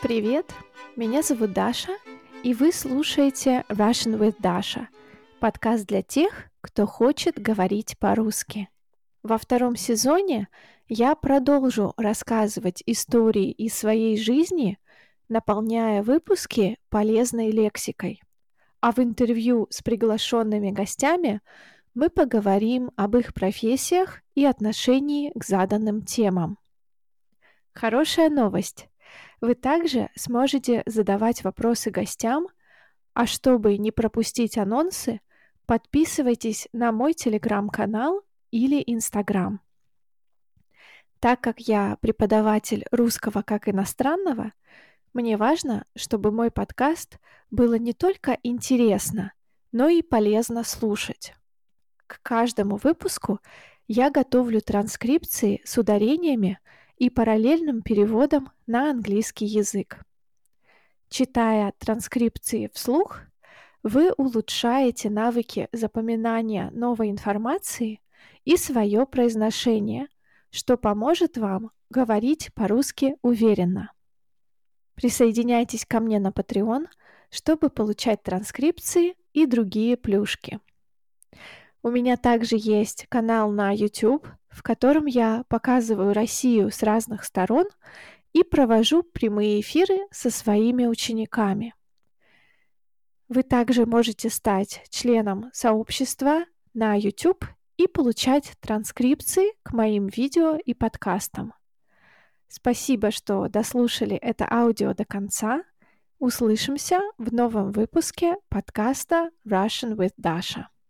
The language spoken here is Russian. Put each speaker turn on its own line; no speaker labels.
Привет, меня зовут Даша, и вы слушаете Russian with Dasha, подкаст для тех, кто хочет говорить по-русски. Во втором сезоне я продолжу рассказывать истории из своей жизни, наполняя выпуски полезной лексикой. А в интервью с приглашенными гостями мы поговорим об их профессиях и отношении к заданным темам. Хорошая новость! Вы также сможете задавать вопросы гостям, а чтобы не пропустить анонсы, подписывайтесь на мой телеграм-канал или инстаграм. Так как я преподаватель русского как иностранного, мне важно, чтобы мой подкаст было не только интересно, но и полезно слушать. К каждому выпуску я готовлю транскрипции с ударениями и параллельным переводом на английский язык. Читая транскрипции вслух, вы улучшаете навыки запоминания новой информации и свое произношение, что поможет вам говорить по-русски уверенно. Присоединяйтесь ко мне на Patreon, чтобы получать транскрипции и другие плюшки. У меня также есть канал на YouTube, в котором я показываю Россию с разных сторон и провожу прямые эфиры со своими учениками. Вы также можете стать членом сообщества на YouTube и получать транскрипции к моим видео и подкастам. Спасибо, что дослушали это аудио до конца. Услышимся в новом выпуске подкаста Russian with Dasha.